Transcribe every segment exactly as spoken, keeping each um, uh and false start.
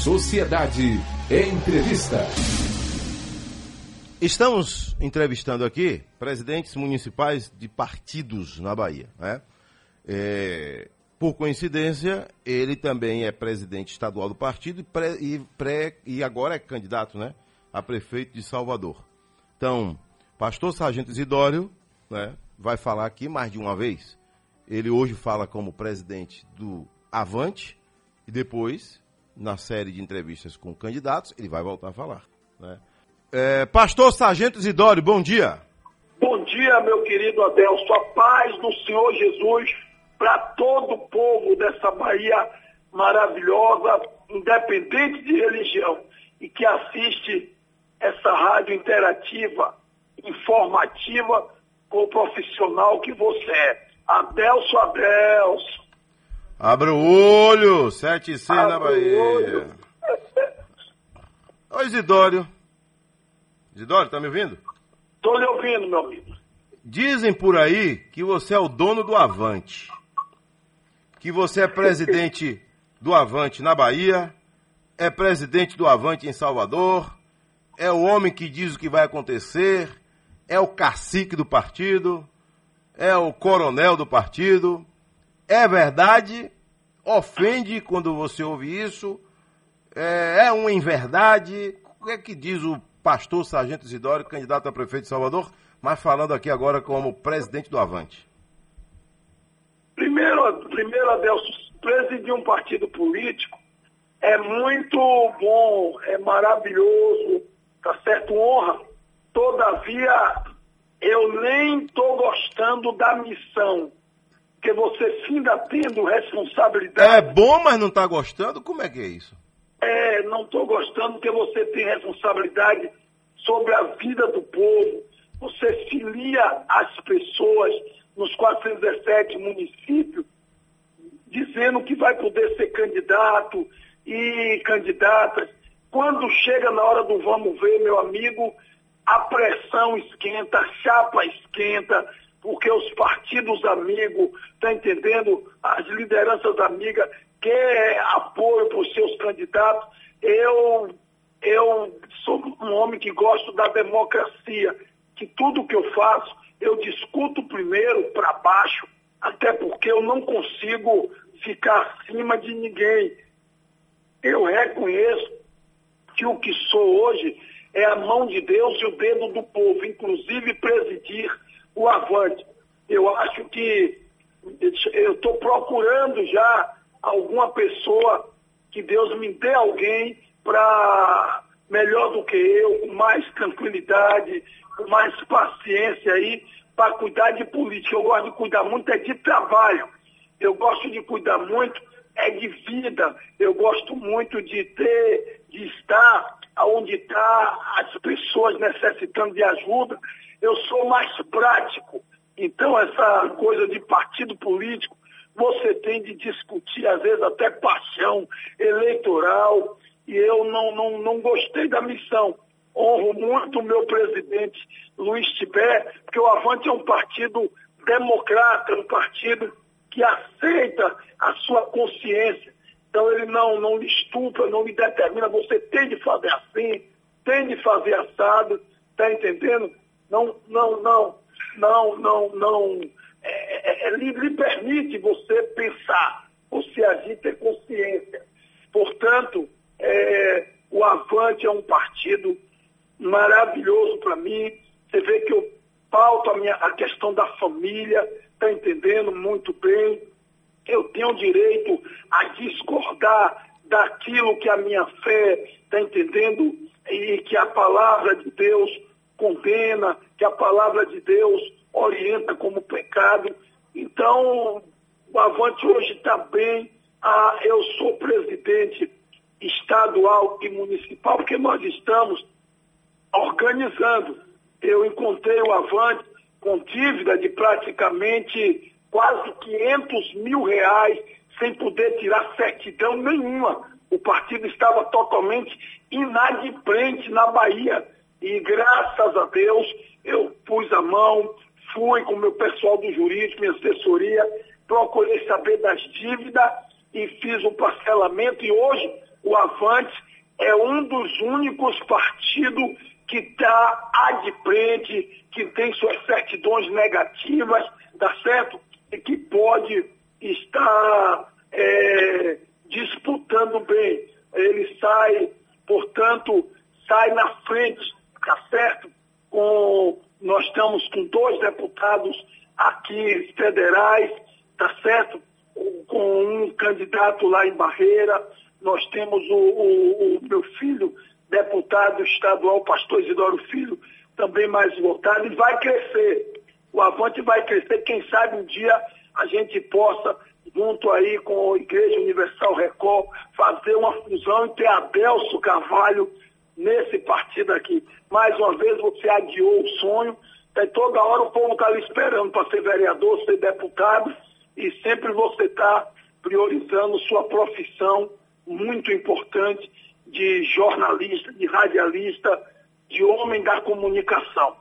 Sociedade Entrevista. Estamos entrevistando aqui presidentes municipais de partidos na Bahia, né? É, por coincidência, ele também é presidente estadual do partido e, pré, e, pré, e agora é candidato, né, a prefeito de Salvador. Então, pastor Sargento Isidório, né, vai falar aqui mais de uma vez. Ele hoje fala como presidente do Avante e depois, na série de entrevistas com candidatos, ele vai voltar a falar, né? É, pastor Sargento Isidório, bom dia. Bom dia, meu querido Adelso. A paz do Senhor Jesus para todo o povo dessa Bahia maravilhosa, independente de religião, e que assiste essa rádio interativa, informativa, com o profissional que você é. Adelso, Adelso. Abra o olho, sete e seis na Bahia. Ô Isidório. Isidório, tá me ouvindo? Tô lhe ouvindo, meu amigo. Dizem por aí que você é o dono do Avante. Que você é presidente do Avante na Bahia, é presidente do Avante em Salvador, é o homem que diz o que vai acontecer, é o cacique do partido, é o coronel do partido. É verdade? Ofende quando você ouve isso? É, é uma inverdade? O que é que diz o pastor Sargento Isidório, candidato a prefeito de Salvador, mas falando aqui agora como presidente do Avante? Primeiro, primeiro Adelso, presidir um partido político é muito bom, é maravilhoso, tá certo? Honra. Todavia, eu nem estou gostando da missão, porque você finda tendo responsabilidade. É bom, mas não está gostando? Como é que é isso? É, não estou gostando porque você tem responsabilidade sobre a vida do povo. Você filia as pessoas nos quatrocentos e dezessete municípios, dizendo que vai poder ser candidato e candidatas. Quando chega na hora do vamos ver, meu amigo, a pressão esquenta, a chapa esquenta, porque os partidos amigos, tá entendendo? As lideranças amigas quer apoio para os seus candidatos. Eu, eu sou um homem que gosto da democracia, que tudo que eu faço, eu discuto primeiro para baixo, até porque eu não consigo ficar acima de ninguém. Eu reconheço que o que sou hoje é a mão de Deus e o dedo do povo, inclusive presidir o Avante. Eu acho que eu estou procurando já alguma pessoa, que Deus me dê alguém para melhor do que eu, com mais tranquilidade, com mais paciência aí, para cuidar de política. Eu gosto de cuidar muito é de trabalho, eu gosto de cuidar muito é de vida, eu gosto muito de ter, de estar onde está as pessoas necessitando de ajuda. Eu sou mais prático. Então essa coisa de partido político, você tem de discutir, às vezes, até paixão eleitoral, e eu não, não, não gostei da missão. Honro muito o meu presidente Luiz Tibé, porque o Avante é um partido democrata, um partido que aceita a sua consciência. Então ele não, não lhe estupra, não lhe determina, você tem de fazer assim, tem de fazer assado, tá entendendo? Não, não, não, não, não, não... É, é, lhe, lhe permite você pensar, você agir, ter consciência. Portanto, é, o Avante é um partido maravilhoso para mim. Você vê que eu pauto a, minha, a questão da família, está entendendo muito bem. Eu tenho direito a discordar daquilo que a minha fé está entendendo e que a palavra de Deus condena, que a palavra de Deus orienta como pecado. Então, o Avante hoje está bem. Ah, eu sou presidente estadual e municipal, porque nós estamos organizando. Eu encontrei o Avante com dívida de praticamente quase quinhentos mil reais, sem poder tirar certidão nenhuma. O partido estava totalmente inadimplente na Bahia. E graças a Deus, eu pus a mão, fui com o meu pessoal do jurídico, minha assessoria, procurei saber das dívidas e fiz o parcelamento. E hoje O Avante é um dos únicos partidos que está adimplente, que tem suas certidões negativas, tá certo? E que pode estar é, disputando bem. Ele sai, portanto, sai na frente, tá certo? Com, nós estamos com dois deputados aqui federais, tá certo? Com um candidato lá em Barreira. Nós temos o, o, o meu filho, deputado estadual, pastor Isidoro Filho, também mais votado, e vai crescer. O Avante vai crescer, quem sabe um dia a gente possa, junto aí com a Igreja Universal Record, fazer uma fusão e ter Adelso Carvalho nesse partido aqui. Mais uma vez você adiou o sonho, e toda hora o povo está ali esperando para ser vereador, ser deputado, e sempre você está priorizando sua profissão muito importante de jornalista, de radialista, de homem da comunicação.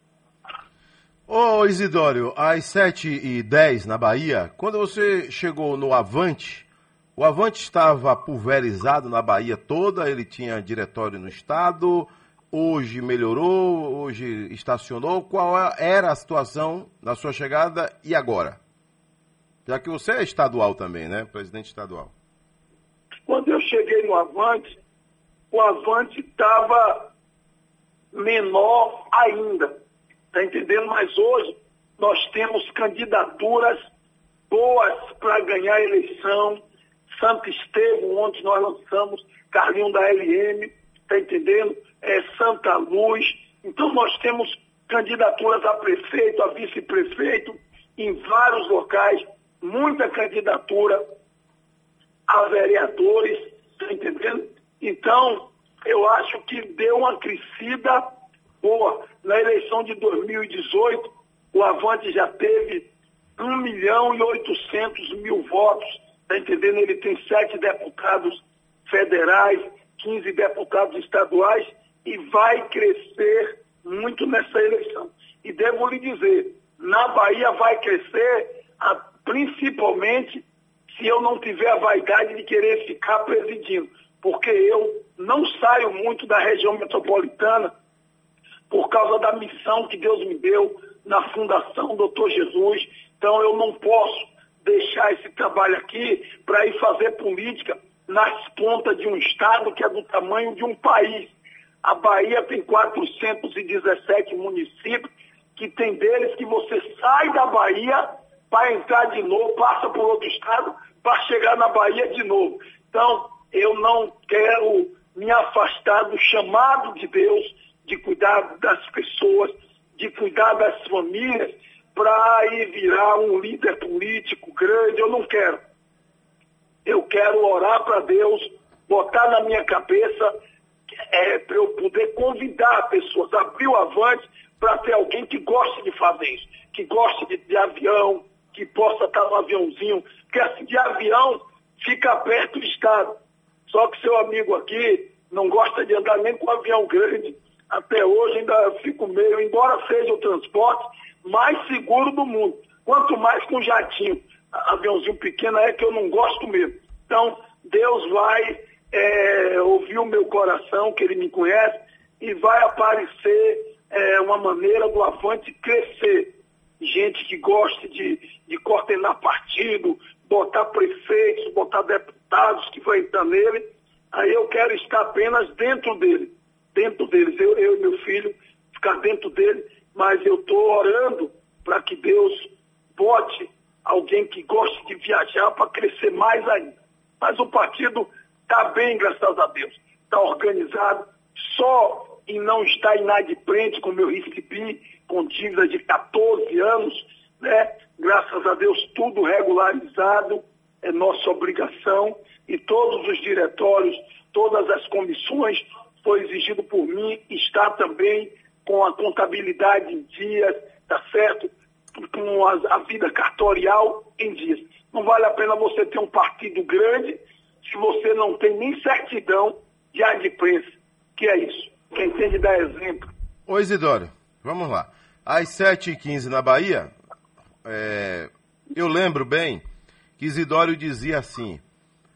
Ô Isidório, às sete e dez na Bahia, quando você chegou no Avante, o Avante estava pulverizado na Bahia toda, ele tinha diretório no estado, hoje melhorou, hoje estacionou. Qual era a situação na sua chegada e agora? Já que você é estadual também, né? Presidente estadual. Quando eu cheguei no Avante, o Avante estava menor ainda, tá entendendo? Mas hoje nós temos candidaturas boas para ganhar a eleição. Santo Estevão, onde nós lançamos, Carlinho da L M, tá entendendo? É, Santa Luz. Então nós temos candidaturas a prefeito, a vice-prefeito, em vários locais, muita candidatura a vereadores, tá entendendo? Então, eu acho que deu uma crescida boa. Na eleição de dois mil e dezoito, o Avante já teve um milhão e oitocentos mil votos, tá entendendo? Ele tem sete deputados federais, quinze deputados estaduais e vai crescer muito nessa eleição. E devo lhe dizer, na Bahia vai crescer a, principalmente se eu não tiver a vaidade de querer ficar presidindo, porque eu não saio muito da região metropolitana por causa da missão que Deus me deu na Fundação doutor Jesus. Então eu não posso deixar esse trabalho aqui para ir fazer política nas pontas de um estado que é do tamanho de um país. A Bahia tem quatrocentos e dezessete municípios, que tem deles que você sai da Bahia para entrar de novo, passa por outro estado, para chegar na Bahia de novo. Então, eu não quero me afastar do chamado de Deus, de cuidar das pessoas, de cuidar das famílias, para ir virar um líder político grande. Eu não quero. Eu quero orar para Deus, botar na minha cabeça, é, para eu poder convidar pessoas, abrir o Avante para ter alguém que goste de fazer isso, que goste de, de avião, que possa estar no aviãozinho, porque assim, de avião fica perto do estado. Só que seu amigo aqui não gosta de andar nem com avião grande. Até hoje ainda fico meio, embora seja o transporte mais seguro do mundo. Quanto mais com jatinho, aviãozinho pequeno é que eu não gosto mesmo. Então, Deus vai é, ouvir o meu coração, que Ele me conhece, e vai aparecer é, uma maneira do Avante crescer. Gente que goste de, de coordenar partido, botar prefeitos, botar deputados que vão entrar nele. Aí eu quero estar apenas dentro dele, dentro deles. Eu, eu e meu filho, ficar dentro dele, mas eu estou orando para que Deus bote alguém que goste de viajar para crescer mais ainda. Mas o partido está bem, graças a Deus. Está organizado, só em não estar inadimplente, como eu recebi, com dívida de quatorze anos, né? Graças a Deus, tudo regularizado, é nossa obrigação, e todos os diretórios, todas as comissões, foi exigido por mim, está também com a contabilidade em dias, tá certo? Com a, a vida cartorial em dias. Não vale a pena você ter um partido grande se você não tem nem certidão de adimplência, que é isso. Quem tem de dar exemplo. Ô Isidoro, vamos lá. Às sete e quinze na Bahia, é, eu lembro bem que Isidório dizia assim: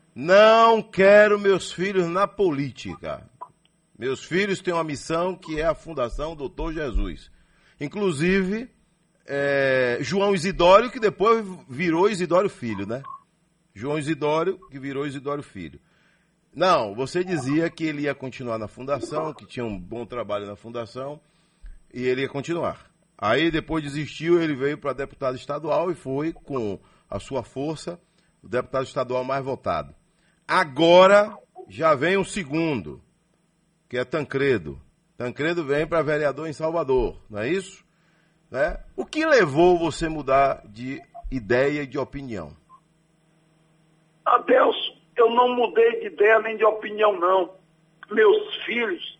Não quero meus filhos na política. Meus filhos têm uma missão que é a Fundação Doutor Jesus. Inclusive, é, João Isidório, que depois virou Isidório Filho, né? João Isidório, que virou Isidório Filho. Não, você dizia que ele ia continuar na Fundação, que tinha um bom trabalho na Fundação, e ele ia continuar. Aí depois desistiu, ele veio para deputado estadual e foi, com a sua força, o deputado estadual mais votado. Agora já vem um segundo, que é Tancredo. Tancredo vem para vereador em Salvador, não é isso? Né? O que levou você a mudar de ideia e de opinião? Adelso, eu não mudei de ideia nem de opinião, não. Meus filhos,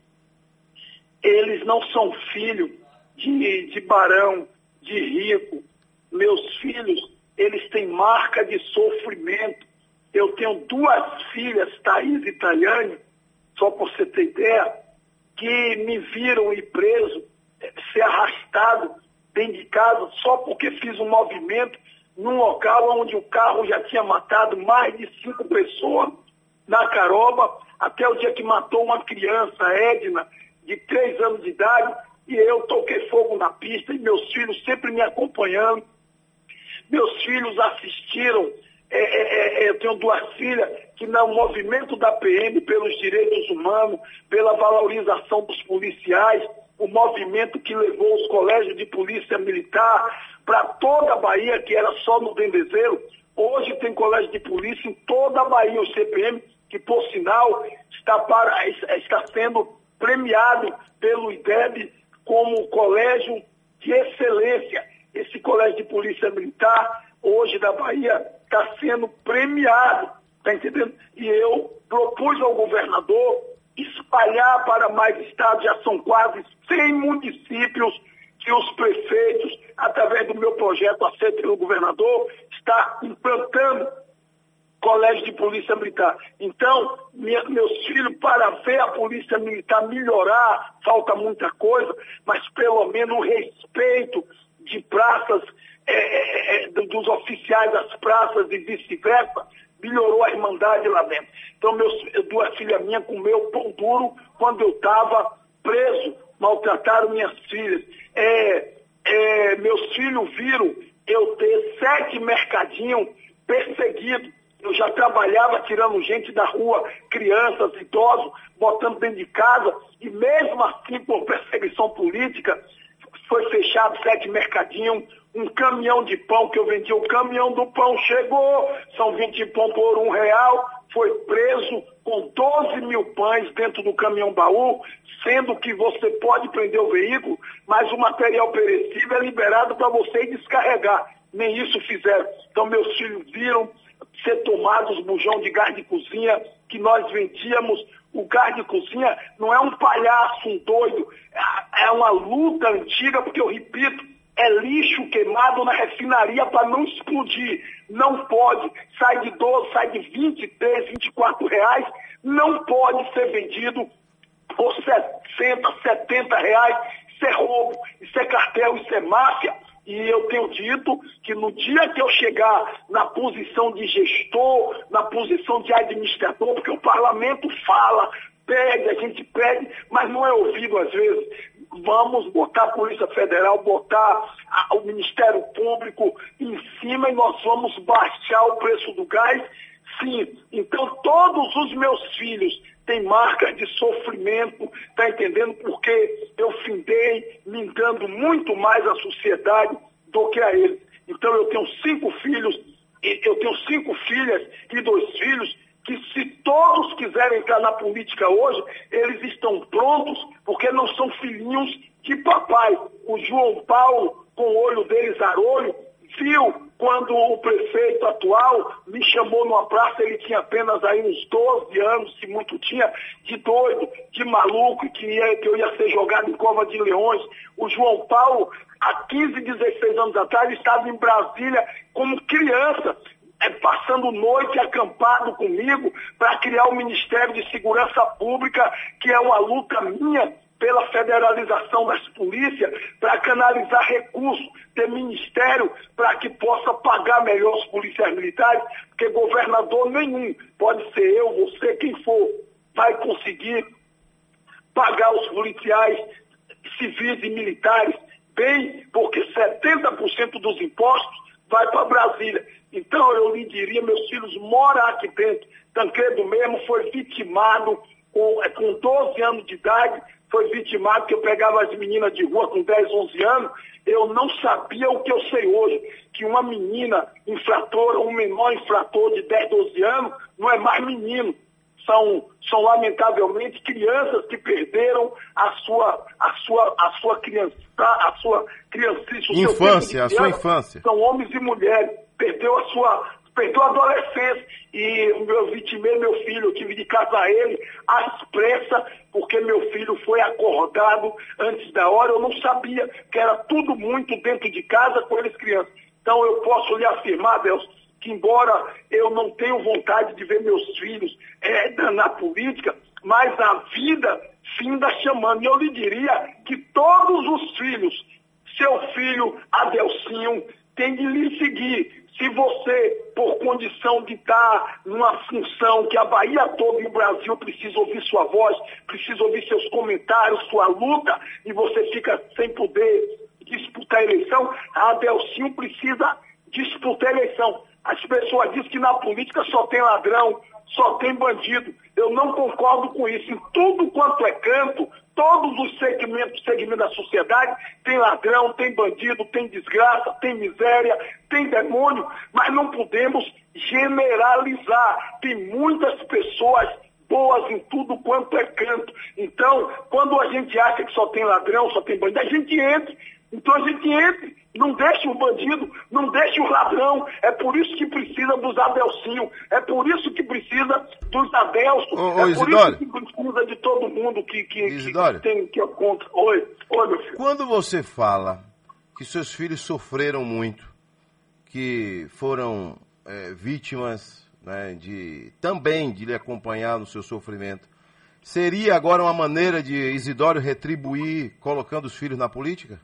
eles não são filhos de, de barão, de rico. Meus filhos, eles têm marca de sofrimento. Eu tenho duas filhas, Thaís e Tayane, só por você ter ideia, que me viram ir preso, ser arrastado dentro de casa, só porque fiz um movimento num local onde o carro já tinha matado mais de cinco pessoas na Caroba, até o dia que matou uma criança, Edna, de três anos de idade, e eu toquei fogo na pista, e meus filhos sempre me acompanhando. Meus filhos assistiram, é, é, é, eu tenho duas filhas, que no movimento da P M pelos direitos humanos, pela valorização dos policiais, o movimento que levou os colégios de polícia militar para toda a Bahia, que era só no Dendezeiro, hoje tem colégio de polícia em toda a Bahia, o C P M, que por sinal está, para, está sendo premiado pelo I D E B como colégio de excelência. Esse colégio de polícia militar, hoje da Bahia, está sendo premiado, está entendendo? E eu propus ao governador espalhar para mais estados, já são quase cem municípios que os prefeitos, através do meu projeto aceito pelo governador, está implantando colégio de polícia militar. Então, minha, meus filhos, para ver a polícia militar melhorar, falta muita coisa, mas pelo menos o respeito de praças, é, é, dos oficiais das praças e vice-versa, melhorou a irmandade lá dentro. Então, meus, duas filhas minhas comeu pão duro quando eu estava preso, maltrataram minhas filhas. É, é, meus filhos viram eu ter sete mercadinhos perseguidos. Eu já trabalhava tirando gente da rua, crianças, idosos, botando dentro de casa, e mesmo assim, por perseguição política, foi fechado sete mercadinhos, um caminhão de pão que eu vendia, o caminhão do pão chegou, são vinte pão por um real, foi preso com doze mil pães dentro do caminhão baú, sendo que você pode prender o veículo, mas o material perecível é liberado para você descarregar. Nem isso fizeram. Então meus filhos viram ser tomados bujão de gás de cozinha, que nós vendíamos. O gás de cozinha não é um palhaço, um doido, é uma luta antiga, porque eu repito, é lixo queimado na refinaria para não explodir. Não pode, sai de doze, sai de vinte e três, vinte e quatro reais, não pode ser vendido por sessenta, setenta reais. Isso é roubo, isso é cartel, isso é máfia. E eu tenho dito que no dia que eu chegar na posição de gestor, na posição de administrador, porque o parlamento fala, pede, a gente pede, mas não é ouvido às vezes. Vamos botar a Polícia Federal, botar a, o Ministério Público em cima e nós vamos baixar o preço do gás. Sim, então todos os meus filhos têm marcas de sofrimento, tá entendendo? Porque eu findei me dando muito mais à sociedade do que a eles. Então eu tenho cinco filhos, eu tenho cinco filhas e dois filhos, que se todos quiserem entrar na política hoje, eles estão prontos, porque não são filhinhos de papai. O João Paulo, com o olho dele zarolho, viu quando o prefeito atual me chamou numa praça, ele tinha apenas aí uns doze anos, se muito tinha, de doido, de maluco, que, ia, que eu ia ser jogado em cova de leões. O João Paulo, há quinze, dezesseis anos atrás, estava em Brasília como criança, é, passando noite acampado comigo para criar o Ministério de Segurança Pública, que é uma luta minha, pela federalização das polícias, para canalizar recursos, ter ministério para que possa pagar melhor os policiais militares, porque governador nenhum, pode ser eu, você, quem for, vai conseguir pagar os policiais civis e militares bem, porque setenta por cento dos impostos vai para Brasília. Então eu lhe diria, meus filhos moram aqui dentro. Tancredo mesmo foi vitimado com, com doze anos de idade, foi vitimado que eu pegava as meninas de rua com dez, onze anos, eu não sabia o que eu sei hoje, que uma menina infratora, um menor infrator de dez, doze anos, não é mais menino. São, são lamentavelmente crianças que perderam a sua, a sua, a sua criança, a sua criancice, o seu infância, a sua infância. São homens e mulheres, perdeu a sua, perdeu a adolescência. E o meu vitimei, meu filho, eu tive de casar ele às pressas, porque meu filho foi acordado antes da hora, eu não sabia que era tudo muito dentro de casa com eles crianças. Então eu posso lhe afirmar, Deus, que embora eu não tenha vontade de ver meus filhos é, na política, mas a vida finda chamando. E eu lhe diria que todos os filhos, seu filho Adelcinho, tem de lhe seguir. Se você, por condição de estar numa função que a Bahia toda e o Brasil precisa ouvir sua voz, precisa ouvir seus comentários, sua luta, e você fica sem poder disputar a eleição, a Adelcinho precisa disputar a eleição. As pessoas dizem que na política só tem ladrão, só tem bandido. Eu não concordo com isso. Em tudo quanto é canto, todos os segmentos, segmentos da sociedade, tem ladrão, tem bandido, tem desgraça, tem miséria, tem demônio, mas não podemos generalizar. Tem muitas pessoas boas em tudo quanto é canto. Então, quando a gente acha que só tem ladrão, só tem bandido, a gente entra. Então a gente entre, não deixe o bandido, não deixe o ladrão. É por isso que precisa dos Adelcinho, é por isso que precisa dos Adelson, ô, ô, é por Isidório. isso que precisa de todo mundo que, que, Isidório. que tem que contra. Oi, oi, meu filho. Quando você fala que seus filhos sofreram muito, que foram é, vítimas, né, de também de lhe acompanhar no seu sofrimento, seria agora uma maneira de Isidório retribuir colocando os filhos na política?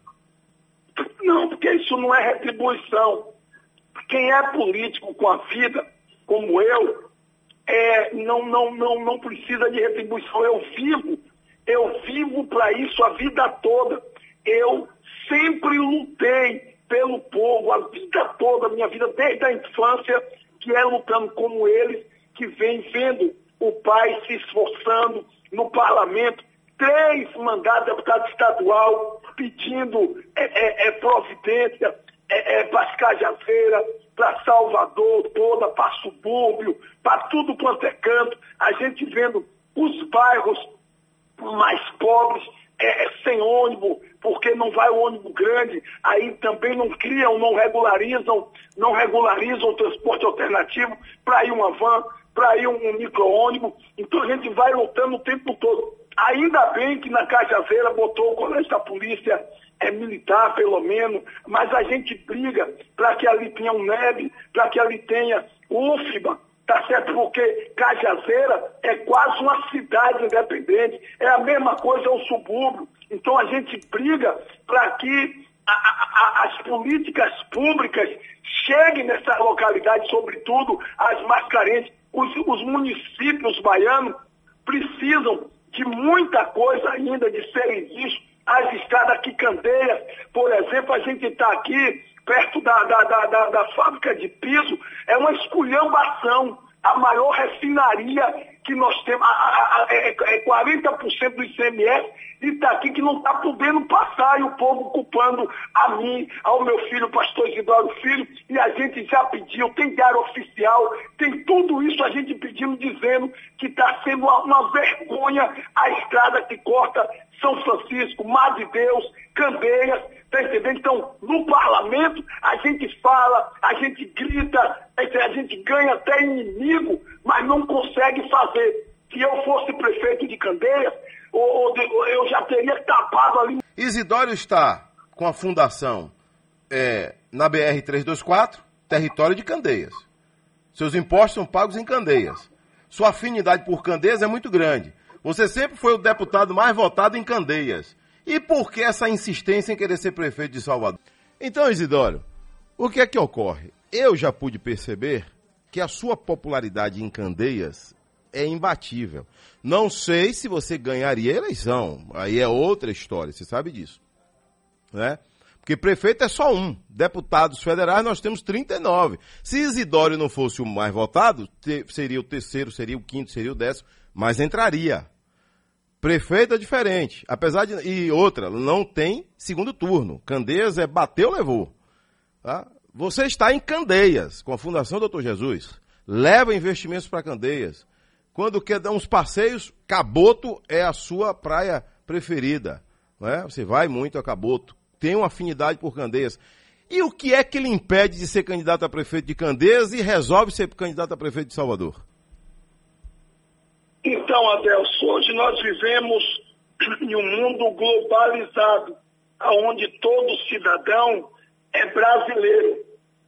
Não, porque isso não é retribuição. Quem é político com a vida, como eu, é, não, não, não, não precisa de retribuição. Eu vivo, eu vivo para isso a vida toda. Eu sempre lutei pelo povo, a vida toda, a minha vida desde a infância, que é lutando como eles, que vem vendo o pai se esforçando no parlamento, três mandados de deputado estadual, pedindo é, é, é, providência é, é, para as Cajazeiras, para Salvador toda, para subúrbio, para tudo quanto é canto, a gente vendo os bairros mais pobres é, é, sem ônibus, porque não vai o ônibus grande, aí também não criam, não regularizam, não regularizam o transporte alternativo para ir uma van, para ir um, um micro-ônibus, então a gente vai lutando o tempo todo. Ainda bem que na Cajazeira botou o colégio da polícia é, militar, pelo menos, mas a gente briga para que ali tenha um N E B, para que ali tenha o U F B A, tá certo? Porque Cajazeira é quase uma cidade independente, é a mesma coisa o subúrbio. Então a gente briga para que a, a, as políticas públicas cheguem nessa localidade, sobretudo as mais carentes. Os, os municípios baianos precisam de muita coisa ainda de serem vistos. As estradas aqui, Candeias, por exemplo, a gente está aqui perto da, da, da, da, da fábrica de piso, é uma esculhambação. A maior refinaria que nós temos, a, a, a, é, é quarenta por cento do I C M S, e está aqui que não está podendo passar, e o povo culpando a mim, ao meu filho, pastor Isidoro Filho, e a gente já pediu, tem diário oficial, tem tudo isso a gente pedindo, dizendo que está sendo uma, uma vergonha a estrada que corta São Francisco, Mar de Deus, Candeias, tá entendendo? Então, no parlamento, a gente fala, a gente grita, a gente ganha até inimigo, mas não consegue fazer. Se eu fosse prefeito de Candeias, ou, ou, eu já teria tapado ali. Isidório está com a fundação é, na B R trezentos e vinte e quatro, território de Candeias. Seus impostos são pagos em Candeias. Sua afinidade por Candeias é muito grande. Você sempre foi o deputado mais votado em Candeias. E por que essa insistência em querer ser prefeito de Salvador? Então, Isidório, o que é que ocorre? Eu já pude perceber que a sua popularidade em Candeias é imbatível. Não sei se você ganharia a eleição, aí é outra história, você sabe disso, né? Porque prefeito é só um, deputados federais nós temos trinta e nove. Se Isidório não fosse o mais votado, seria o terceiro, seria o quinto, seria o décimo, mas entraria. Prefeito é diferente, apesar de... E outra, não tem segundo turno. Candeias é bateu, levou. Tá? Você está em Candeias, com a Fundação doutor Jesus. Leva investimentos para Candeias. Quando quer dar uns passeios, Caboto é a sua praia preferida. Né? Você vai muito a Caboto. Tem uma afinidade por Candeias. E o que é que lhe impede de ser candidato a prefeito de Candeias e resolve ser candidato a prefeito de Salvador? Então, Adelso, hoje nós vivemos em um mundo globalizado, onde todo cidadão é brasileiro.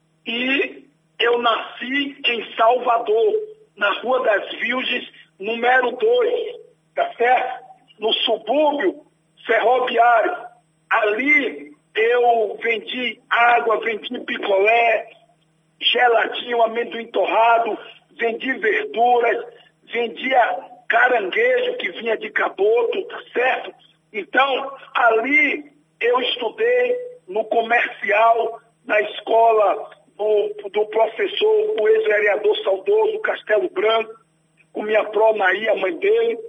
E eu nasci em Salvador, na Rua das Virgens, número dois, tá certo? No subúrbio ferroviário. Ali eu vendi água, vendi picolé, geladinho, amendoim torrado, vendi verduras, vendia caranguejo que vinha de Caboto, tá certo? Então, ali eu estudei no comercial, na escola do, do professor, o ex-vereador saudoso Castelo Branco, com minha pró Naí, a mãe dele.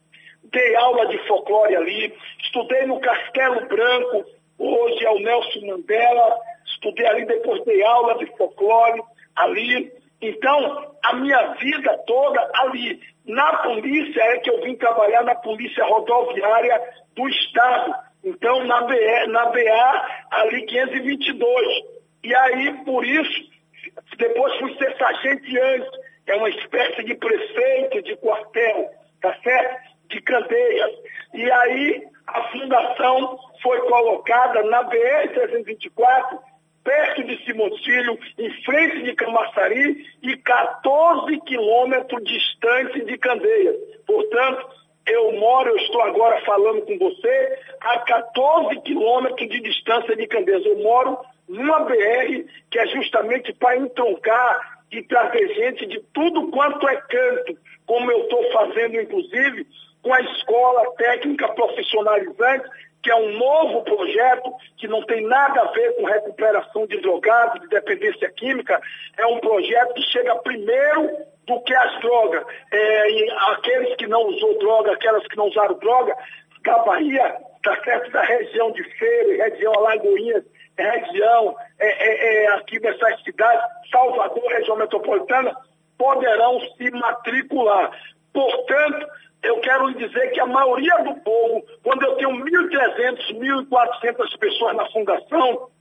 Dei aula de folclore ali, estudei no Castelo Branco, hoje é o Nelson Mandela, estudei ali, depois dei aula de folclore ali. Então, a minha vida toda ali. Na polícia é que eu vim trabalhar na Polícia Rodoviária do Estado. Então, na, B E, na B A, ali quinhentos e vinte e dois. E aí, por isso, depois fui ser sargenteante, que é uma espécie de prefeito de quartel, tá certo? De Candeias. E aí, a fundação foi colocada na B R trezentos e vinte e quatro, perto de Simões Filho, em frente de Camaçari e quatorze quilômetros distante de Candeias. Portanto, eu moro, eu estou agora falando com você, a quatorze quilômetros de distância de Candeias. Eu moro numa B R que é justamente para entroncar e trazer gente de tudo quanto é canto, como eu estou fazendo, inclusive, com a Escola Técnica Profissionalizante, que é um novo projeto que não tem nada a ver com recuperação de drogados, de dependência química. É um projeto que chega primeiro do que as drogas. É, e aqueles que não usou droga, aquelas que não usaram droga, da Bahia, tá certo, da região de Feira, região Alagoinhas, região é, é, é, aqui dessas cidades, Salvador, região metropolitana, poderão se matricular. Portanto, eu quero lhe dizer que a maioria do povo, quando eu tenho mil e trezentas, mil e quatrocentas pessoas na fundação,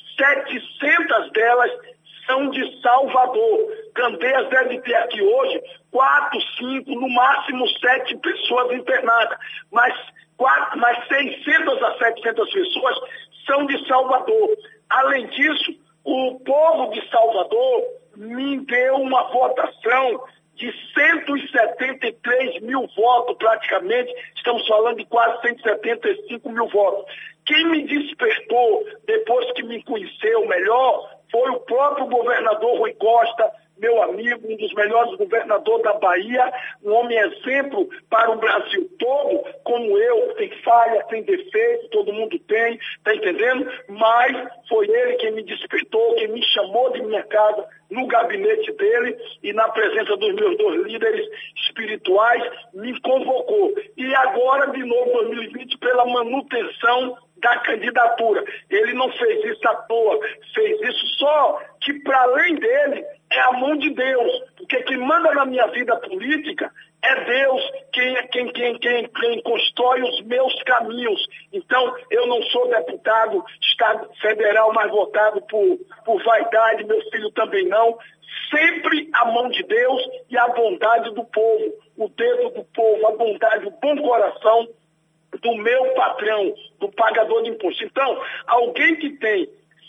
setecentas delas são de Salvador. Candeias deve ter aqui hoje quatro, cinco, no máximo sete pessoas internadas. Mas, quatro, mas seiscentas a setecentas pessoas são de Salvador. Além disso, o povo de Salvador me deu uma votação de cento e setenta e três mil votos praticamente, estamos falando de quase cento e setenta e cinco mil votos. Quem me despertou, depois que me conheceu melhor, foi o próprio governador Rui Costa, meu amigo, um dos melhores governadores da Bahia, um homem exemplo para o Brasil todo, como eu, tem falha, tem defeito, todo mundo tem, tá entendendo? Mas foi ele quem me despertou, quem me chamou de minha casa, no gabinete dele e na presença dos meus dois líderes espirituais, me convocou. E agora, de novo, dois mil e vinte, pela manutenção da candidatura. Ele não fez isso à toa, fez isso só que, para além dele, é a mão de Deus. Porque quem manda na minha vida política é Deus, quem, quem, quem, quem, quem constrói os meus caminhos. Então, eu não sou deputado estado federal mais votado por, por vaidade, meu filho também não. Sempre a mão de Deus e a bondade do povo, o dedo do povo, a bondade, o bom coração do meu patrão, do pagador de imposto. Então, alguém que tem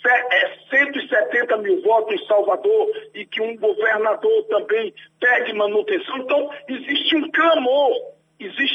cento e setenta mil votos em Salvador e que um governador também pede manutenção, então existe um clamor, existe hoje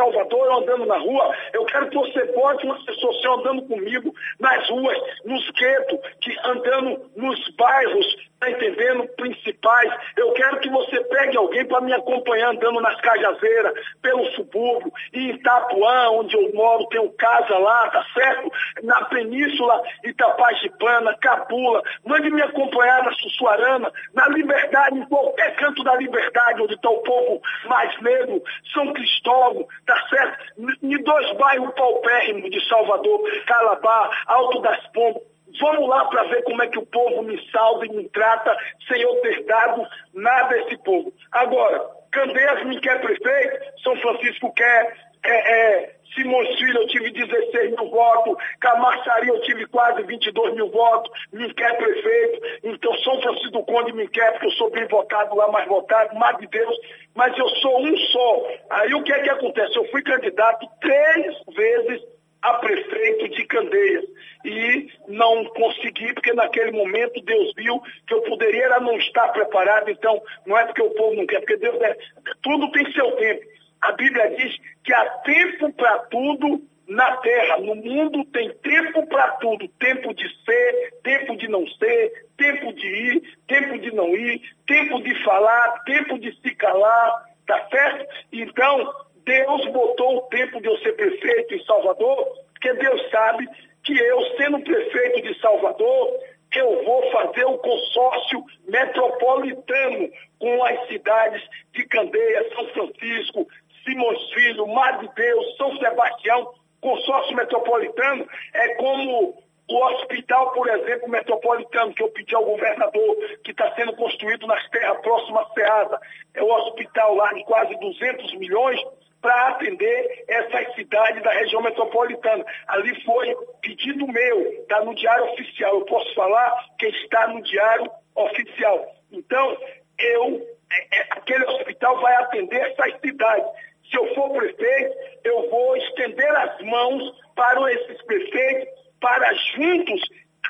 Salvador, eu andando na rua, eu quero que você bote um assessor seu andando comigo nas ruas, nos guetos, que andando nos bairros, tá entendendo, principais. Eu quero que você pegue alguém para me acompanhar andando nas Cajazeiras, pelo subúrbio, em Itapuã, onde eu moro, tenho casa lá, tá certo? Na Península, Itapajipana, Cabula. Mande me acompanhar na Sussuarana, na Liberdade, em qualquer canto da Liberdade, onde está o povo mais negro, São Cristóvão, tá certo? Em dois bairros paupérrimos de Salvador, Calabar, Alto das Pombas. Vamos lá para ver como é que o povo me salva e me trata sem eu ter dado nada a esse povo. Agora, Candeias me quer prefeito, São Francisco quer, é, é, Simões Filho eu tive dezesseis mil votos, Camaçari eu tive quase vinte e dois mil votos, me quer prefeito, então São Francisco do Conde me quer, porque eu sou bem votado lá, mais votado, mais de Deus, mas eu sou um só. Aí o que é que acontece? Eu fui candidato três vezes a prefeito de Candeias e não consegui, porque naquele momento Deus viu que eu poderia era não estar preparado, então não é porque o povo não quer, porque Deus é, tudo tem seu tempo. A Bíblia diz que há tempo para tudo na terra, no mundo tem tempo para tudo, tempo de ser, tempo de não ser, tempo de ir, tempo de não ir, tempo de falar, tempo de se calar, tá certo? Então, Deus botou o tempo de eu ser prefeito em Salvador, porque Deus sabe que eu, sendo prefeito de Salvador, eu vou fazer o consórcio metropolitano com as cidades de Candeias, São Francisco, Simões Filho, Mar de Deus, São Sebastião. Consórcio metropolitano é como o hospital, por exemplo, metropolitano, que eu pedi ao governador, que está sendo construído nas terras próximas à Ceasa. É um hospital lá de quase duzentos milhões, para atender essas cidades da região metropolitana. Ali foi pedido meu, está no Diário Oficial. Eu posso falar que está no Diário Oficial. Então, eu, é, aquele hospital vai atender essas cidades. Se eu for prefeito, eu vou estender as mãos para esses prefeitos, para juntos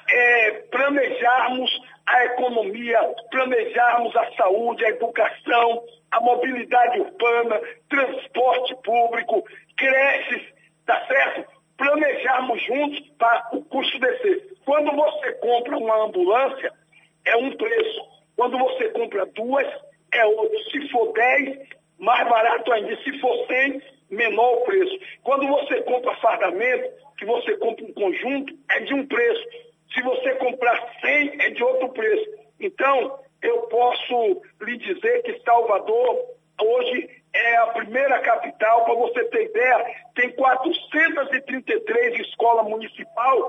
é, planejarmos a economia, planejarmos a saúde, a educação, a mobilidade urbana, transporte público, creches, tá certo? Planejarmos juntos para o custo descer. Quando você compra uma ambulância, é um preço. Quando você compra duas, é outro. Se for dez, mais barato ainda. Se for cem, menor o preço. Quando você compra fardamento, que você compra um conjunto, é de um preço. Se você comprar cem, é de outro preço. Então, eu posso lhe dizer que Salvador hoje é a primeira capital, para você ter ideia, tem quatrocentas e trinta e três escolas municipais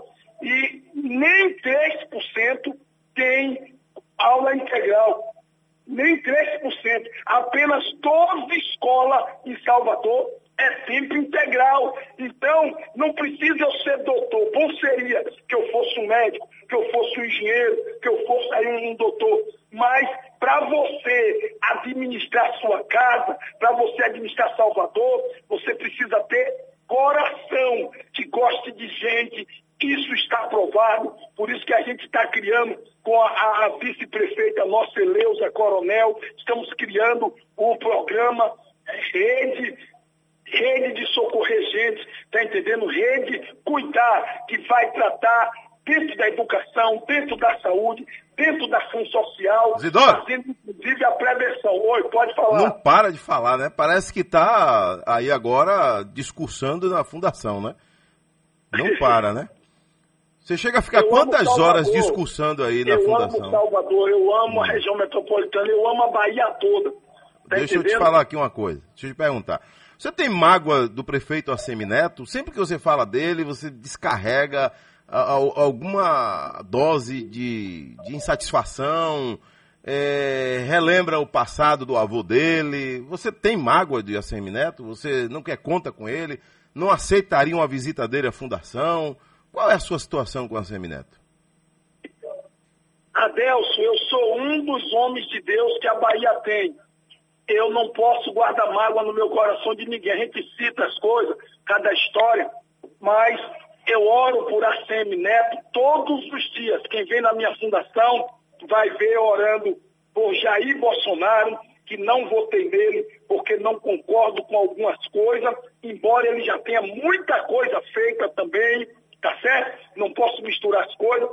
e nem três por cento tem aula integral. Nem três por cento. Apenas doze escolas em Salvador é tempo integral. Então, não precisa eu ser doutor. Bom seria que eu fosse um médico, que eu fosse um engenheiro, que eu fosse aí um doutor. Mas, para você administrar sua casa, para você administrar Salvador, você precisa ter coração, que goste de gente. Isso está aprovado, por isso que a gente está criando com a, a, a vice-prefeita nossa, Eleusa Coronel, estamos criando o programa Rede, Rede de Socorrer Gente, está entendendo? Rede Cuidar, que vai tratar dentro da educação, dentro da saúde, dentro da ação social, Zidoro, fazendo inclusive a prevenção. Oi, pode falar. Não para de falar, né? Parece que está aí agora discursando na fundação, né? Não para, né? Você chega a ficar eu quantas horas Salvador, discursando aí na eu fundação? Eu amo Salvador, eu amo hum. a região metropolitana, eu amo a Bahia toda. Tá Deixa entendendo? Eu te falar aqui uma coisa, deixa eu te perguntar. Você tem mágoa do prefeito Assemineto? Sempre que você fala dele, você descarrega a, a, alguma dose de, de insatisfação, é, relembra o passado do avô dele. Você tem mágoa de Assemineto? Você não quer conta com ele? Não aceitaria uma visita dele à fundação? Qual é a sua situação com Assemineto? Adelso, eu sou um dos homens de Deus que a Bahia tem. Eu não posso guardar mágoa no meu coração de ninguém. A gente cita as coisas, cada história, mas eu oro por Assemineto todos os dias. Quem vem na minha fundação vai ver orando por Jair Bolsonaro, que não votei nele porque não concordo com algumas coisas, embora ele já tenha muita coisa feita também, tá certo? Não posso misturar as coisas.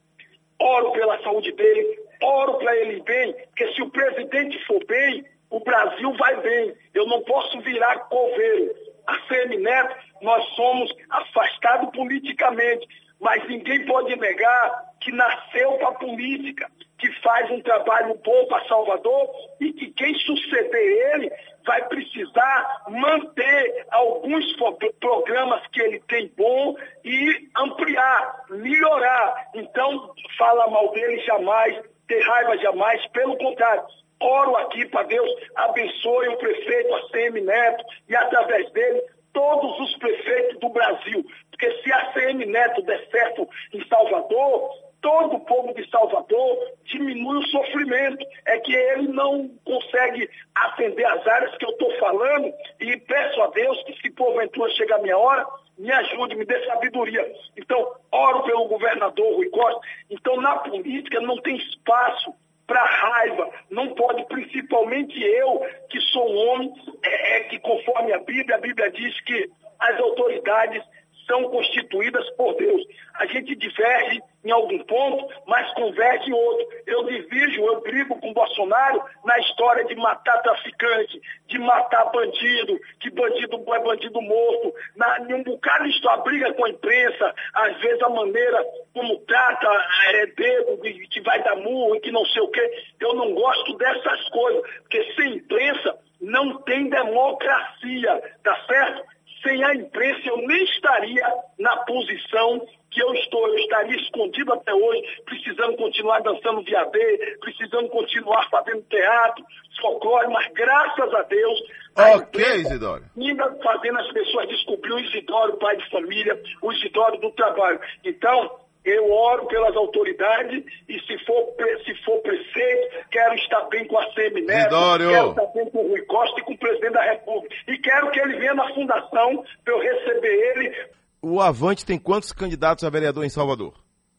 Oro pela saúde dele, oro para ele bem, porque se o presidente for bem, o Brasil vai bem. Eu não posso virar coveiro. A Semineto, nós somos afastados politicamente, mas ninguém pode negar que nasceu para a política, que faz um trabalho bom para Salvador e que quem suceder ele vai precisar manter alguns programas que ele tem bom e ampliar, melhorar. Então, fala mal dele jamais, ter raiva jamais, pelo contrário. Oro aqui para Deus abençoe o prefeito A C M Neto e, através dele, todos os prefeitos do Brasil. Porque se a A C M Neto der certo em Salvador, todo o povo de Salvador diminui o sofrimento. É que ele não consegue atender as áreas que eu estou falando e peço a Deus que, se porventura chegar a minha hora, me ajude, me dê sabedoria. Então, oro pelo governador Rui Costa. Então, na política não tem espaço para raiva, não pode, principalmente eu, que sou um homem, é, é que conforme a Bíblia, a Bíblia diz que as autoridades são constituídas por Deus. A gente diverge em algum ponto, mas converge em outro. Eu divido, eu brigo com o Bolsonaro na história de matar traficante, de matar bandido, que bandido é bandido morto, na, em um bocado de história, briga com a imprensa, às vezes a maneira como trata é, dedo, que vai dar murro e que não sei o quê. Eu não gosto dessas coisas, porque sem imprensa não tem democracia, tá certo? Sem a imprensa eu nem estaria na posição que eu estou. Eu estaria escondido até hoje, precisando continuar dançando viadê, precisando continuar fazendo teatro, folclore, mas graças a Deus... Ok, Isidório. Ainda fazendo as pessoas descobrir o Isidório, pai de família, o Isidório do trabalho. Então, eu oro pelas autoridades e se for, se for prefeito, quero estar bem com a Semineto, quero estar bem com o Rui Costa e com o presidente da República. E quero que ele venha na fundação para eu receber ele. O Avante tem quantos candidatos a vereador em Salvador?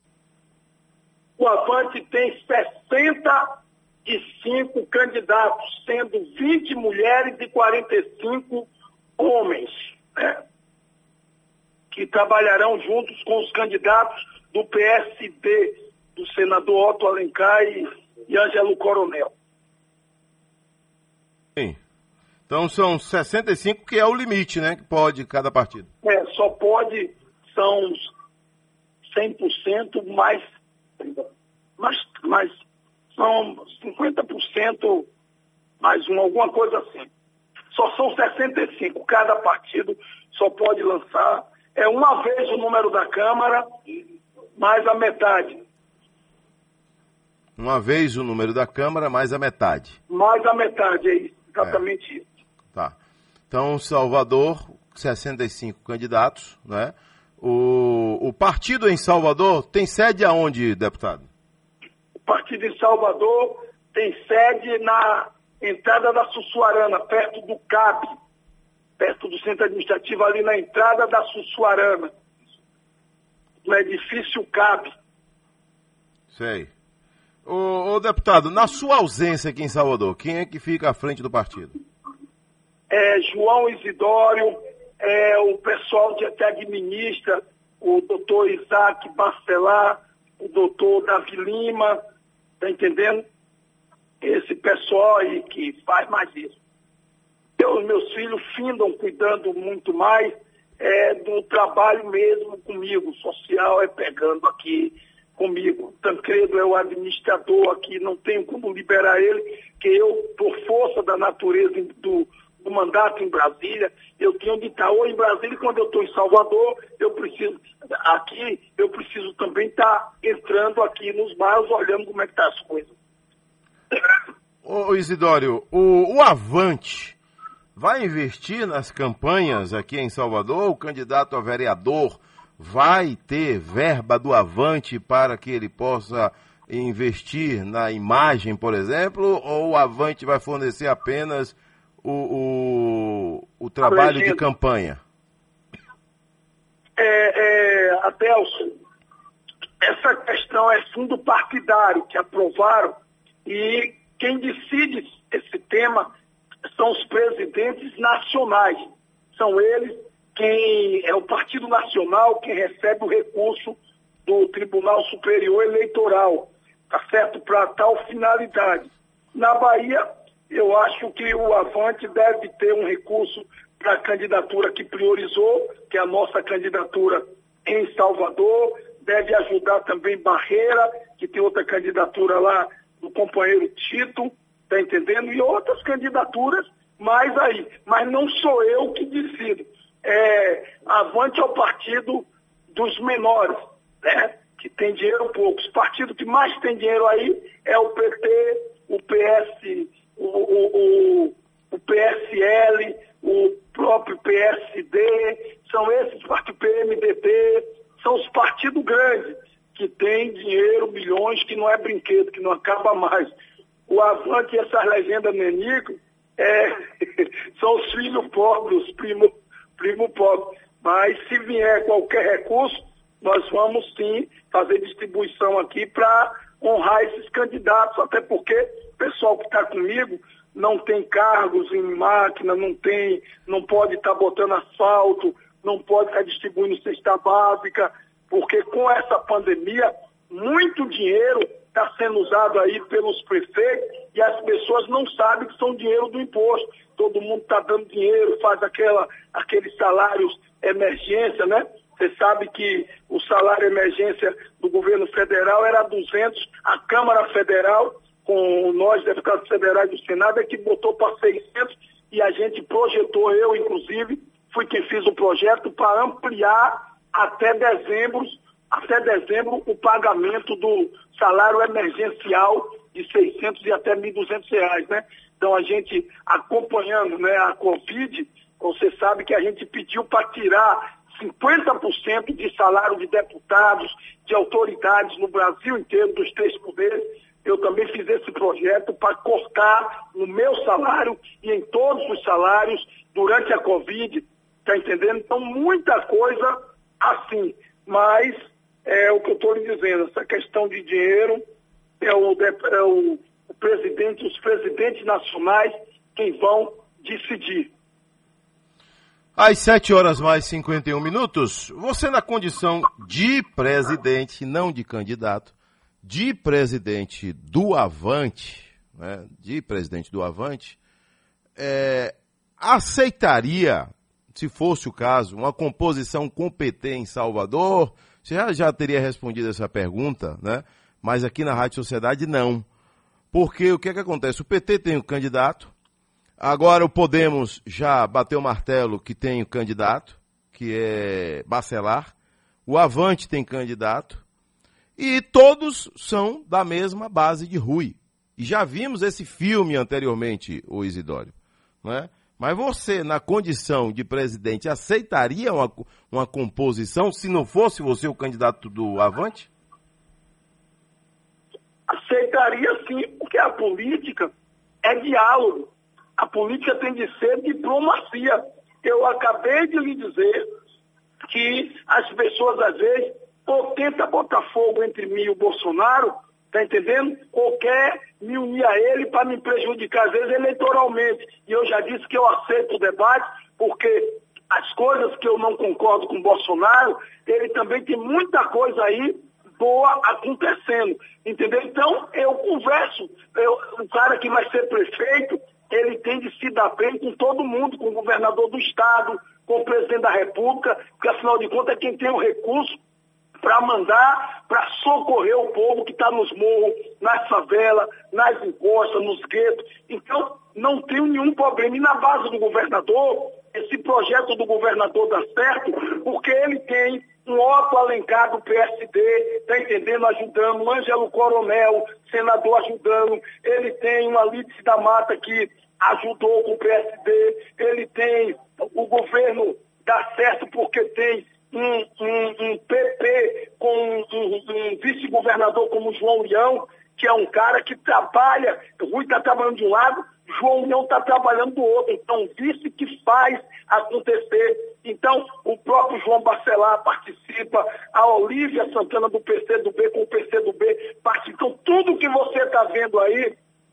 O Avante tem sessenta e cinco candidatos, sendo vinte mulheres e quarenta e cinco homens, né, que trabalharão juntos com os candidatos do P S D, do senador Otto Alencar e, e Ângelo Coronel. Sim. Então são sessenta e cinco, que é o limite, né? Que pode cada partido. É, só pode, são cem por cento, mais, mais, mais são cinquenta por cento mais um, alguma coisa assim. Só são sessenta e cinco, cada partido só pode lançar. É uma vez o número da Câmara, mais a metade. Uma vez o número da Câmara, mais a metade. Mais a metade, é isso, exatamente é. isso. Tá. Então, Salvador, sessenta e cinco candidatos, né? O, o partido em Salvador tem sede aonde, deputado? O partido em Salvador tem sede na entrada da Sussuarana, perto do C A B, perto do centro administrativo, ali na entrada da Sussuarana, no edifício C A B. Sei. Ô, ô, deputado, na sua ausência aqui em Salvador, quem é que fica à frente do partido? É João Isidório, é o pessoal de, que administra, o doutor Isaac Bacelar, o doutor Davi Lima, tá entendendo? Esse pessoal aí que faz mais isso. Eu, meus filhos findam cuidando muito mais é, do trabalho mesmo comigo, social é pegando aqui comigo. Tancredo é o administrador aqui, não tenho como liberar ele, que eu, por força da natureza do, do mandato em Brasília, eu tenho de estar ou em Brasília, e quando eu estou em Salvador, eu preciso, aqui, eu preciso também estar entrando aqui nos bairros, olhando como é que estão as coisas. Ô Isidório, o, o Avante vai investir nas campanhas aqui em Salvador? O candidato a vereador vai ter verba do Avante para que ele possa investir na imagem, por exemplo? Ou o Avante vai fornecer apenas o, o, o trabalho de campanha? É, é, Adelson, essa questão é fundo partidário que aprovaram e quem decide esse tema são os presidentes nacionais, são eles quem é o Partido Nacional quem recebe o recurso do Tribunal Superior Eleitoral, tá certo? Para tal finalidade. Na Bahia, eu acho que o Avante deve ter um recurso para a candidatura que priorizou, que é a nossa candidatura em Salvador, deve ajudar também Barreira, que tem outra candidatura lá do companheiro Tito, tá entendendo? E outras candidaturas mais aí. Mas não sou eu que decido. É, Avante é o partido dos menores, né? Que tem dinheiro poucos. O partido que mais tem dinheiro aí é o P T, o P S, o, o, o, o P S L, o próprio P S D, são esses partidos, P M D B, são os partidos grandes que têm dinheiro, milhões, que não é brinquedo, que não acaba mais. O Avante e essas legendas nenico é, são os filhos pobres, os primos primo pobre. Mas se vier qualquer recurso, nós vamos sim fazer distribuição aqui para honrar esses candidatos, até porque o pessoal que está comigo não tem cargos em máquina, não tem, não pode estar tá botando asfalto, não pode estar tá distribuindo cesta básica, porque com essa pandemia, muito dinheiro está sendo usado aí pelos prefeitos e as pessoas não sabem que são dinheiro do imposto. Todo mundo está dando dinheiro, faz aquela, aqueles salários emergência, né? Você sabe que o salário emergência do governo federal era duzentos, a Câmara Federal, com nós, deputados federais do Senado, é que botou para seiscentos e a gente projetou, eu inclusive, fui quem fiz o projeto para ampliar até dezembro, até dezembro o pagamento do salário emergencial de seiscentos e até mil e duzentos reais, né? Então a gente acompanhando, né, a Covid, você sabe que a gente pediu para tirar cinquenta por cento de salário de deputados, de autoridades no Brasil inteiro, dos três poderes. Eu também fiz esse projeto para cortar no meu salário e em todos os salários durante a Covid, tá entendendo? Então muita coisa assim, mas é o que eu estou lhe dizendo, essa questão de dinheiro é o, é o, o presidente, os presidentes nacionais quem vão decidir. Às sete horas mais cinquenta e um minutos, você na condição de presidente, não de candidato, de presidente do Avante, né, de presidente do Avante, é, aceitaria, se fosse o caso, uma composição com o P T em Salvador? Você já, já teria respondido essa pergunta, né? Mas aqui na Rádio Sociedade não. Porque o que é que acontece? O P T tem o candidato, agora o Podemos já bateu o martelo que tem o candidato, que é Bacelar, o Avante tem candidato, e todos são da mesma base de Rui. E já vimos esse filme anteriormente, o Isidório, não é? Mas você, na condição de presidente, aceitaria uma, uma composição se não fosse você o candidato do Avante? Aceitaria sim, porque a política é diálogo. A política tem de ser diplomacia. Eu acabei de lhe dizer que as pessoas, às vezes, ou tentam botar fogo entre mim e o Bolsonaro, tá entendendo? Ou quer me unir a ele para me prejudicar, às vezes, eleitoralmente. E eu já disse que eu aceito o debate, porque as coisas que eu não concordo com o Bolsonaro, ele também tem muita coisa aí boa acontecendo, entendeu? Então, eu converso. Eu, o cara que vai ser prefeito, ele tem de se dar bem com todo mundo, com o governador do estado, com o presidente da República, porque, afinal de contas, é quem tem o recurso para mandar, para socorrer o povo que está nos morros, nas favelas, nas encostas, nos guetos. Então, não tenho nenhum problema. E na base do governador, esse projeto do governador dá certo, porque ele tem um Otto Alencar do P S D, tá entendendo, ajudando, um Ângelo Coronel, senador ajudando, ele tem uma Alice da Mata que ajudou com o P S D, ele tem o governo dá certo porque tem um, um, um P P com um, um, um vice-governador como João Leão, que é um cara que trabalha, o Rui está trabalhando de um lado, João Leão está trabalhando do outro, então um vice que faz acontecer. Então, o próprio João Bacelar participa, a Olívia Santana do P C do B com o P C do B participa. Então, tudo que você está vendo aí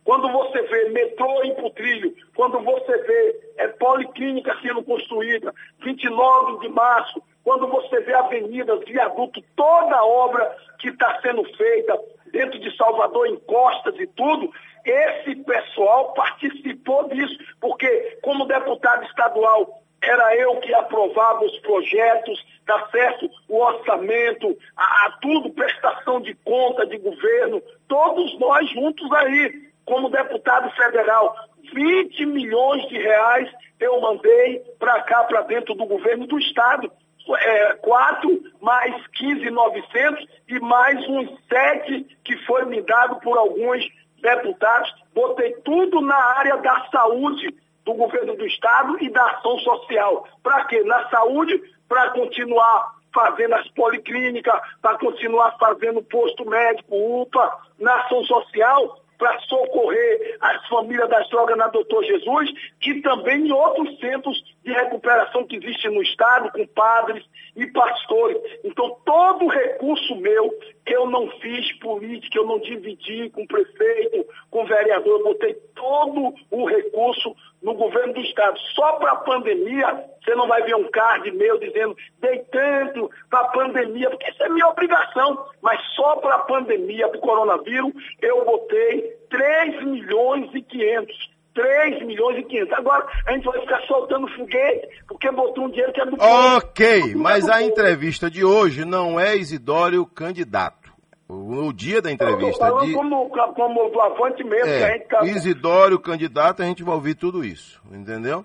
quando você vê metrô indo pro trilho, quando você vê é, policlínica sendo construída, vinte e nove de março, quando você vê avenidas, viaduto, toda a obra que está sendo feita dentro de Salvador, em costas e tudo, esse pessoal participou disso, porque como deputado estadual era eu que aprovava os projetos, tá certo? O orçamento, a, a tudo, prestação de conta de governo, todos nós juntos aí, como deputado federal, vinte milhões de reais eu mandei para cá, para dentro do governo do estado. É, quatro mais quinze mil e novecentos e mais uns sete que foi me dado por alguns deputados. Botei tudo na área da saúde do governo do estado e da ação social. Para quê? Na saúde, para continuar fazendo as policlínicas, para continuar fazendo posto médico, U P A, na ação social, para socorrer as famílias das drogas na Doutor Jesus e também em outros centros de recuperação que existem no estado, com padres e pastores. Então, todo recurso meu, eu não fiz política, eu não dividi com o prefeito, com o vereador, eu botei todo o recurso no governo do estado. Só para a pandemia, você não vai ver um card meu dizendo, dei tanto para a pandemia, porque isso é minha obrigação, mas só para a pandemia, para o coronavírus, eu botei três milhões e quinhentos. três milhões e quinhentos. Agora, a gente vai ficar soltando foguete, porque botou um dinheiro que é do povo. Ok, mas a entrevista de hoje não é Isidório candidato. O dia da entrevista... Eu tô falando de... como, como do Avante mesmo, é, que a gente tá... Isidório candidato, a gente vai ouvir tudo isso, entendeu?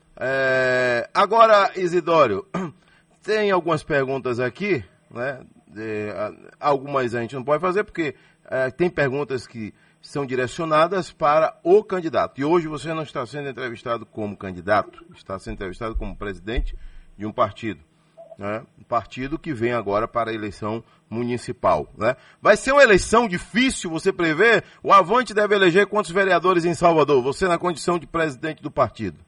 É... Agora, Isidório, tem algumas perguntas aqui, né? De... Algumas a gente não pode fazer, porque é, tem perguntas que são direcionadas para o candidato. E hoje você não está sendo entrevistado como candidato, está sendo entrevistado como presidente de um partido. Né? Um partido que vem agora para a eleição municipal. Né? Vai ser uma eleição difícil, você prevê? O Avante deve eleger quantos vereadores em Salvador? Você na condição de presidente do partido.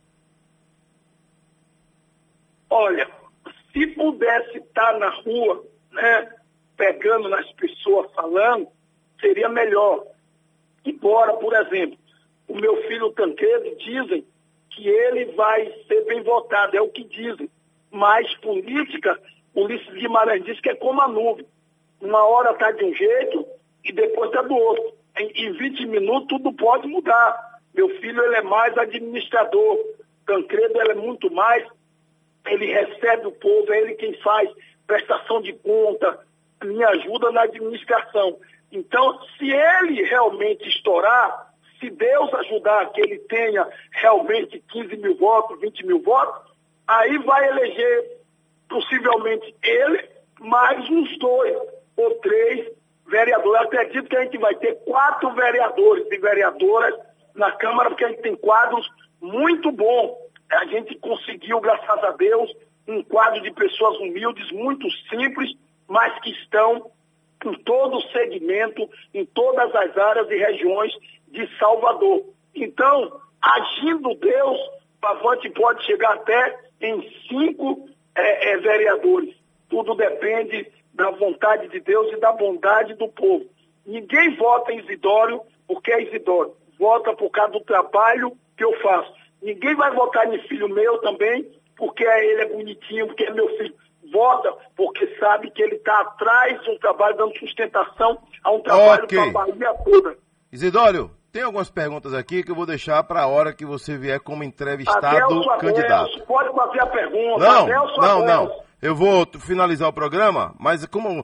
Olha, se pudesse estar na rua, né, pegando nas pessoas, falando, seria melhor. Embora, por exemplo, o meu filho Tancredo, dizem que ele vai ser bem votado, é o que dizem. Mas política, Ulisses Guimarães diz que é como a nuvem. Uma hora está de um jeito e depois está do outro. Em, em vinte minutos tudo pode mudar. Meu filho ele é mais administrador. Tancredo ele é muito mais. Ele recebe o povo, é ele quem faz prestação de conta, me ajuda na administração. Então, se ele realmente estourar, se Deus ajudar que ele tenha realmente quinze mil votos, vinte mil votos, aí vai eleger possivelmente ele, mais uns dois ou três vereadores. Eu acredito que a gente vai ter quatro vereadores e vereadoras na Câmara, porque a gente tem quadros muito bons. A gente conseguiu, graças a Deus, um quadro de pessoas humildes, muito simples, mas que estão em todo o segmento, em todas as áreas e regiões de Salvador. Então, agindo Deus, o Avante pode chegar até em cinco é, é, vereadores. Tudo depende da vontade de Deus e da bondade do povo. Ninguém vota em Isidório porque é Isidório. Vota por causa do trabalho que eu faço. Ninguém vai votar em filho meu também porque ele é bonitinho, porque é meu filho. Vota porque sabe que ele está atrás de um trabalho, dando sustentação a um trabalho okay. para a Bahia toda. Isidório, tem algumas perguntas aqui que eu vou deixar para a hora que você vier como entrevistado Adelso, candidato. Adelso, pode fazer a pergunta. Não, Adelso, não, Adelso. não. Eu vou finalizar o programa, mas como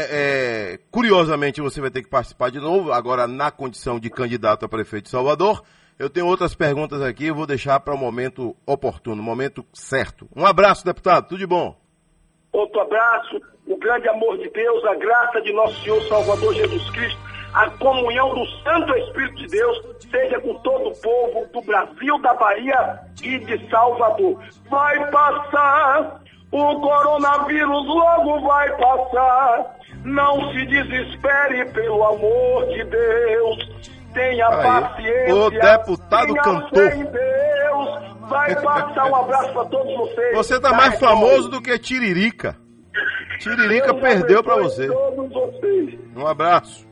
é, é, curiosamente você vai ter que participar de novo, agora na condição de candidato a prefeito de Salvador, eu tenho outras perguntas aqui, eu vou deixar para o momento oportuno, o momento certo. Um abraço, deputado, tudo de bom. Outro abraço, o grande amor de Deus, a graça de nosso Senhor Salvador Jesus Cristo, a comunhão do Santo Espírito de Deus, seja com todo o povo do Brasil, da Bahia e de Salvador. Vai passar, o coronavírus logo vai passar, não se desespere pelo amor de Deus, tenha aí, paciência, o deputado tenha cantor. fé em Deus. Vai passar, um abraço para todos vocês. Você tá mais famoso do que Tiririca. Tiririca perdeu para você. Um abraço.